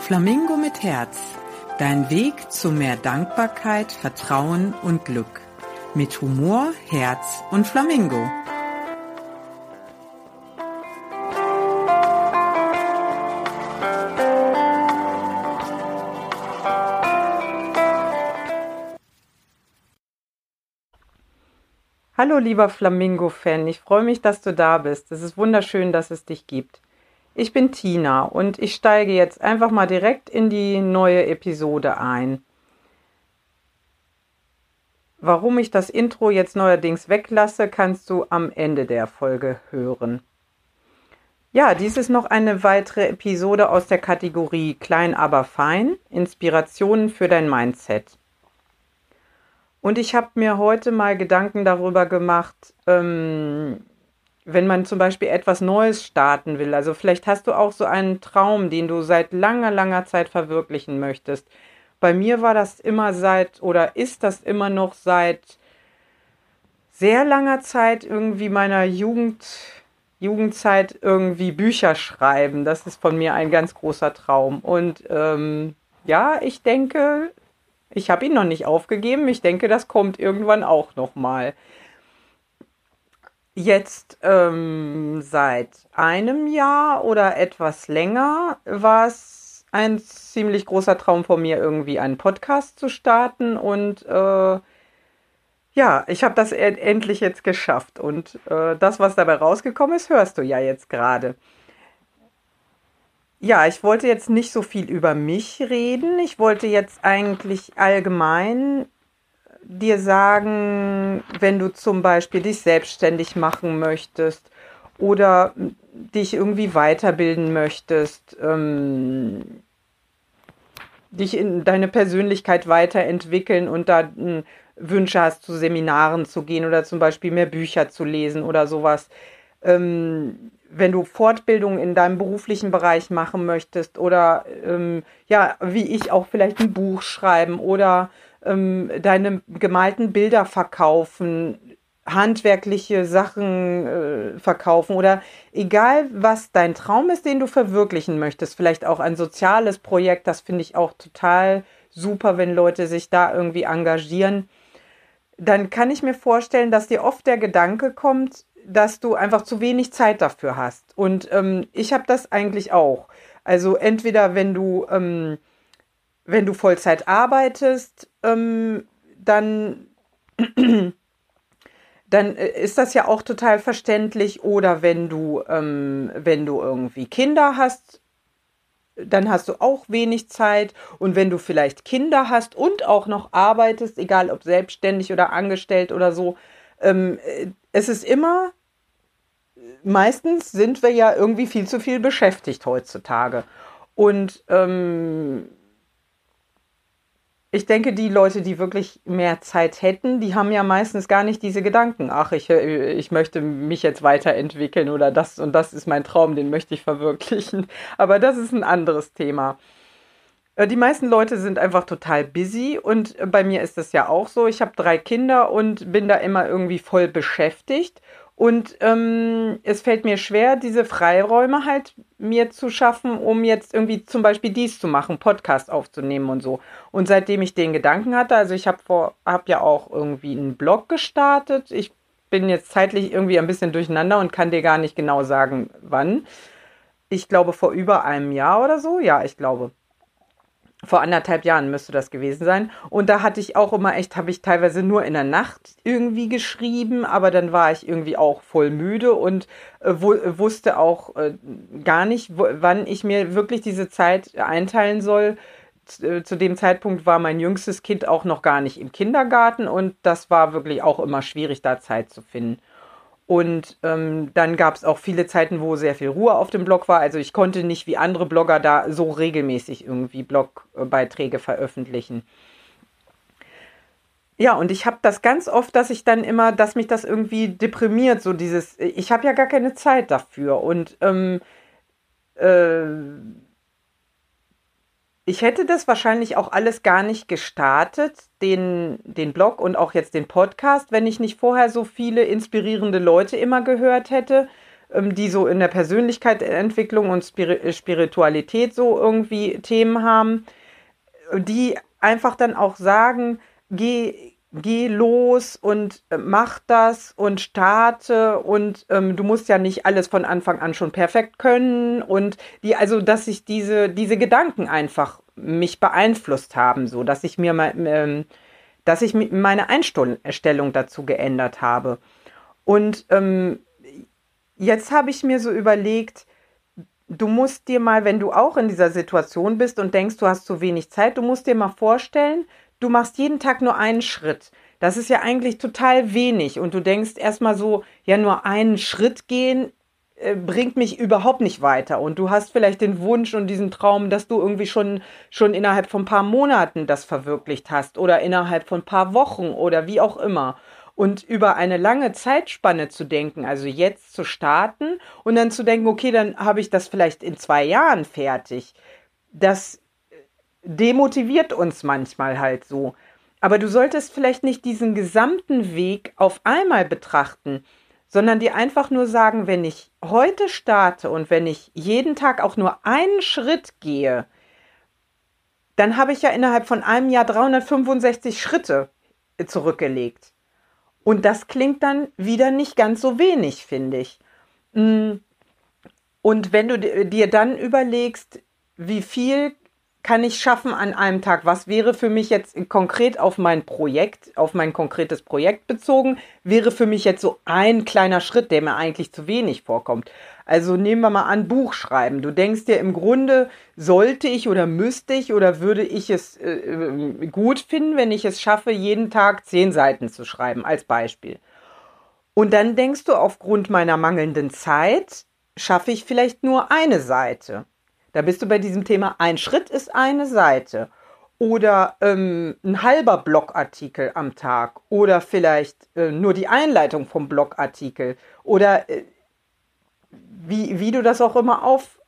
Flamingo mit Herz. Dein Weg zu mehr Dankbarkeit, Vertrauen und Glück. Mit Humor, Herz und Flamingo. Hallo lieber Flamingo-Fan, ich freue mich, dass du da bist. Es ist wunderschön, dass es dich gibt. Ich bin Tina und ich steige jetzt einfach mal direkt in die neue Episode ein. Warum ich das Intro jetzt neuerdings weglasse, kannst du am Ende der Folge hören. Ja, dies ist noch eine weitere Episode aus der Kategorie Klein aber fein, Inspirationen für dein Mindset. Und ich habe mir heute mal Gedanken darüber gemacht, wenn man zum Beispiel etwas Neues starten will. Also vielleicht hast du auch so einen Traum, den du seit langer, langer Zeit verwirklichen möchtest. Bei mir war das immer ist das immer noch seit sehr langer Zeit irgendwie meiner Jugendzeit irgendwie Bücher schreiben. Das ist von mir ein ganz großer Traum. Und ich denke, ich habe ihn noch nicht aufgegeben. Ich denke, das kommt irgendwann auch noch mal. Jetzt seit einem Jahr oder etwas länger war es ein ziemlich großer Traum von mir, irgendwie einen Podcast zu starten. Und ich habe das endlich jetzt geschafft. Und das, was dabei rausgekommen ist, hörst du ja jetzt gerade. Ja, ich wollte jetzt nicht so viel über mich reden. Ich wollte jetzt eigentlich allgemein dir sagen, wenn du zum Beispiel dich selbstständig machen möchtest oder dich irgendwie weiterbilden möchtest, dich in deine Persönlichkeit weiterentwickeln und da Wünsche hast, zu Seminaren zu gehen oder zum Beispiel mehr Bücher zu lesen oder sowas. Wenn du Fortbildungen in deinem beruflichen Bereich machen möchtest oder wie ich auch vielleicht ein Buch schreiben oder deine gemalten Bilder verkaufen, handwerkliche Sachen verkaufen oder egal, was dein Traum ist, den du verwirklichen möchtest, vielleicht auch ein soziales Projekt, das finde ich auch total super, wenn Leute sich da irgendwie engagieren, dann kann ich mir vorstellen, dass dir oft der Gedanke kommt, dass du einfach zu wenig Zeit dafür hast. Und ich habe das eigentlich auch. Also entweder wenn du Vollzeit arbeitest, dann ist das ja auch total verständlich. Oder wenn du irgendwie Kinder hast, dann hast du auch wenig Zeit. Und wenn du vielleicht Kinder hast und auch noch arbeitest, egal ob selbstständig oder angestellt oder so, es ist meistens sind wir ja irgendwie viel zu viel beschäftigt heutzutage. Und ich denke, die Leute, die wirklich mehr Zeit hätten, die haben ja meistens gar nicht diese Gedanken. Ach, ich möchte mich jetzt weiterentwickeln oder das und das ist mein Traum, den möchte ich verwirklichen. Aber das ist ein anderes Thema. Die meisten Leute sind einfach total busy und bei mir ist das ja auch so. Ich habe 3 Kinder und bin da immer irgendwie voll beschäftigt. Und es fällt mir schwer, diese Freiräume halt mir zu schaffen, um jetzt irgendwie zum Beispiel dies zu machen, Podcast aufzunehmen und so. Und seitdem ich den Gedanken hatte, also ich hab ja auch irgendwie einen Blog gestartet. Ich bin jetzt zeitlich irgendwie ein bisschen durcheinander und kann dir gar nicht genau sagen, wann. Ich glaube vor über einem Jahr oder so. Ja, ich glaube. Vor 1,5 Jahren müsste das gewesen sein. Und da hatte ich auch immer habe ich teilweise nur in der Nacht irgendwie geschrieben, aber dann war ich irgendwie auch voll müde und wusste auch gar nicht, wann ich mir wirklich diese Zeit einteilen soll. Zu dem Zeitpunkt war mein jüngstes Kind auch noch gar nicht im Kindergarten und das war wirklich auch immer schwierig, da Zeit zu finden. Und dann gab es auch viele Zeiten, wo sehr viel Ruhe auf dem Blog war. Also ich konnte nicht wie andere Blogger da so regelmäßig irgendwie Blogbeiträge veröffentlichen. Ja, und ich habe das ganz oft, dass mich das irgendwie deprimiert, so ich habe ja gar keine Zeit dafür. Und äh, ich hätte das wahrscheinlich auch alles gar nicht gestartet, den Blog und auch jetzt den Podcast, wenn ich nicht vorher so viele inspirierende Leute immer gehört hätte, die so in der Persönlichkeitsentwicklung und Spiritualität so irgendwie Themen haben, die einfach dann auch sagen, geh los und mach das und starte und du musst ja nicht alles von Anfang an schon perfekt können und also dass sich diese Gedanken einfach mich beeinflusst haben, so dass ich mir dass ich meine Einstellung dazu geändert habe. Und jetzt habe ich mir so überlegt, du musst dir mal, wenn du auch in dieser Situation bist und denkst, du hast zu wenig Zeit, du musst dir mal vorstellen, du machst jeden Tag nur einen Schritt. Das ist ja eigentlich total wenig. Und du denkst erstmal so, ja, nur einen Schritt gehen bringt mich überhaupt nicht weiter. Und du hast vielleicht den Wunsch und diesen Traum, dass du irgendwie schon innerhalb von ein paar Monaten das verwirklicht hast oder innerhalb von ein paar Wochen oder wie auch immer. Und über eine lange Zeitspanne zu denken, also jetzt zu starten und dann zu denken, okay, dann habe ich das vielleicht in 2 Jahren fertig. Das demotiviert uns manchmal halt so. Aber du solltest vielleicht nicht diesen gesamten Weg auf einmal betrachten, sondern dir einfach nur sagen, wenn ich heute starte und wenn ich jeden Tag auch nur einen Schritt gehe, dann habe ich ja innerhalb von einem Jahr 365 Schritte zurückgelegt. Und das klingt dann wieder nicht ganz so wenig, finde ich. Und wenn du dir dann überlegst, wie viel kann ich schaffen an einem Tag? Was wäre für mich jetzt konkret auf mein Projekt, auf mein konkretes Projekt bezogen, wäre für mich jetzt so ein kleiner Schritt, der mir eigentlich zu wenig vorkommt. Also nehmen wir mal an, Buch schreiben. Du denkst dir im Grunde, sollte ich oder müsste ich oder würde ich es gut finden, wenn ich es schaffe, jeden Tag 10 Seiten zu schreiben, als Beispiel. Und dann denkst du, aufgrund meiner mangelnden Zeit schaffe ich vielleicht nur eine Seite. Da bist du bei diesem Thema, ein Schritt ist eine Seite. Oder ein halber Blogartikel am Tag. Oder vielleicht nur die Einleitung vom Blogartikel. Oder wie du das auch immer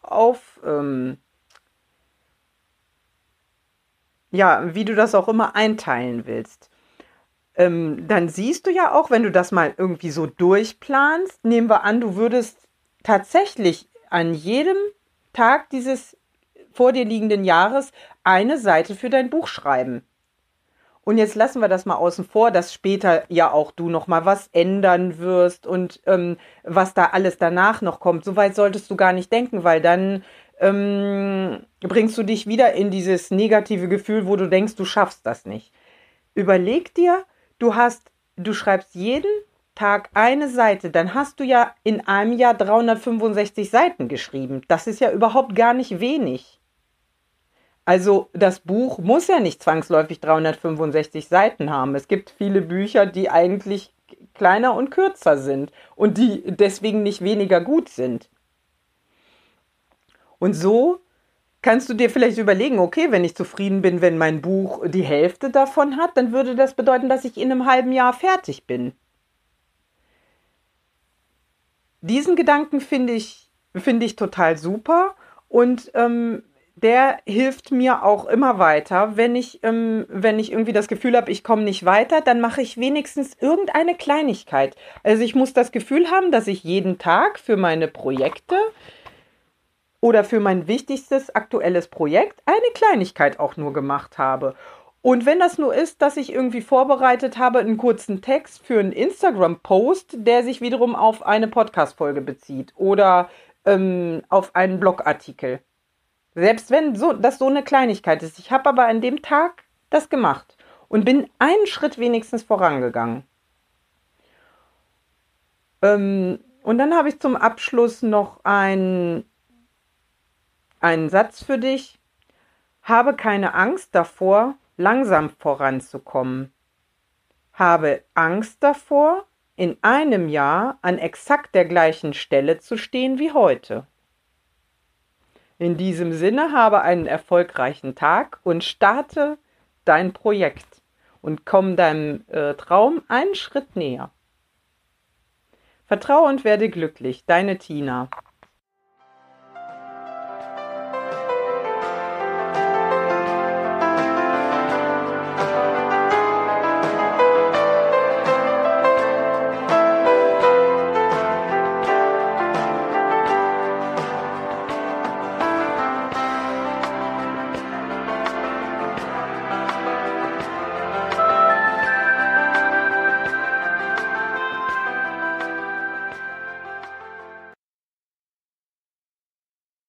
wie du das auch immer einteilen willst. Dann siehst du ja auch, wenn du das mal irgendwie so durchplanst, nehmen wir an, du würdest tatsächlich an jedem Tag dieses vor dir liegenden Jahres eine Seite für dein Buch schreiben. Und jetzt lassen wir das mal außen vor, dass später ja auch du noch mal was ändern wirst und was da alles danach noch kommt. So weit solltest du gar nicht denken, weil dann bringst du dich wieder in dieses negative Gefühl, wo du denkst, du schaffst das nicht. Überleg dir, du schreibst jeden Tag eine Seite, dann hast du ja in einem Jahr 365 Seiten geschrieben. Das ist ja überhaupt gar nicht wenig. Also das Buch muss ja nicht zwangsläufig 365 Seiten haben. Es gibt viele Bücher, die eigentlich kleiner und kürzer sind und die deswegen nicht weniger gut sind. Und so kannst du dir vielleicht überlegen, okay, wenn ich zufrieden bin, wenn mein Buch die Hälfte davon hat, dann würde das bedeuten, dass ich in einem halben Jahr fertig bin. Diesen Gedanken finde ich total super und der hilft mir auch immer weiter. Wenn ich irgendwie das Gefühl habe, ich komme nicht weiter, dann mache ich wenigstens irgendeine Kleinigkeit. Also ich muss das Gefühl haben, dass ich jeden Tag für meine Projekte oder für mein wichtigstes aktuelles Projekt eine Kleinigkeit auch nur gemacht habe. Und wenn das nur ist, dass ich irgendwie vorbereitet habe, einen kurzen Text für einen Instagram-Post, der sich wiederum auf eine Podcast-Folge bezieht oder auf einen Blogartikel. Selbst wenn das so eine Kleinigkeit ist. Ich habe aber an dem Tag das gemacht und bin einen Schritt wenigstens vorangegangen. Und dann habe ich zum Abschluss noch einen Satz für dich. Habe keine Angst davor, langsam voranzukommen. Habe Angst davor, in einem Jahr an exakt der gleichen Stelle zu stehen wie heute. In diesem Sinne, habe einen erfolgreichen Tag und starte dein Projekt und komm deinem Traum einen Schritt näher. Vertraue und werde glücklich, deine Tina.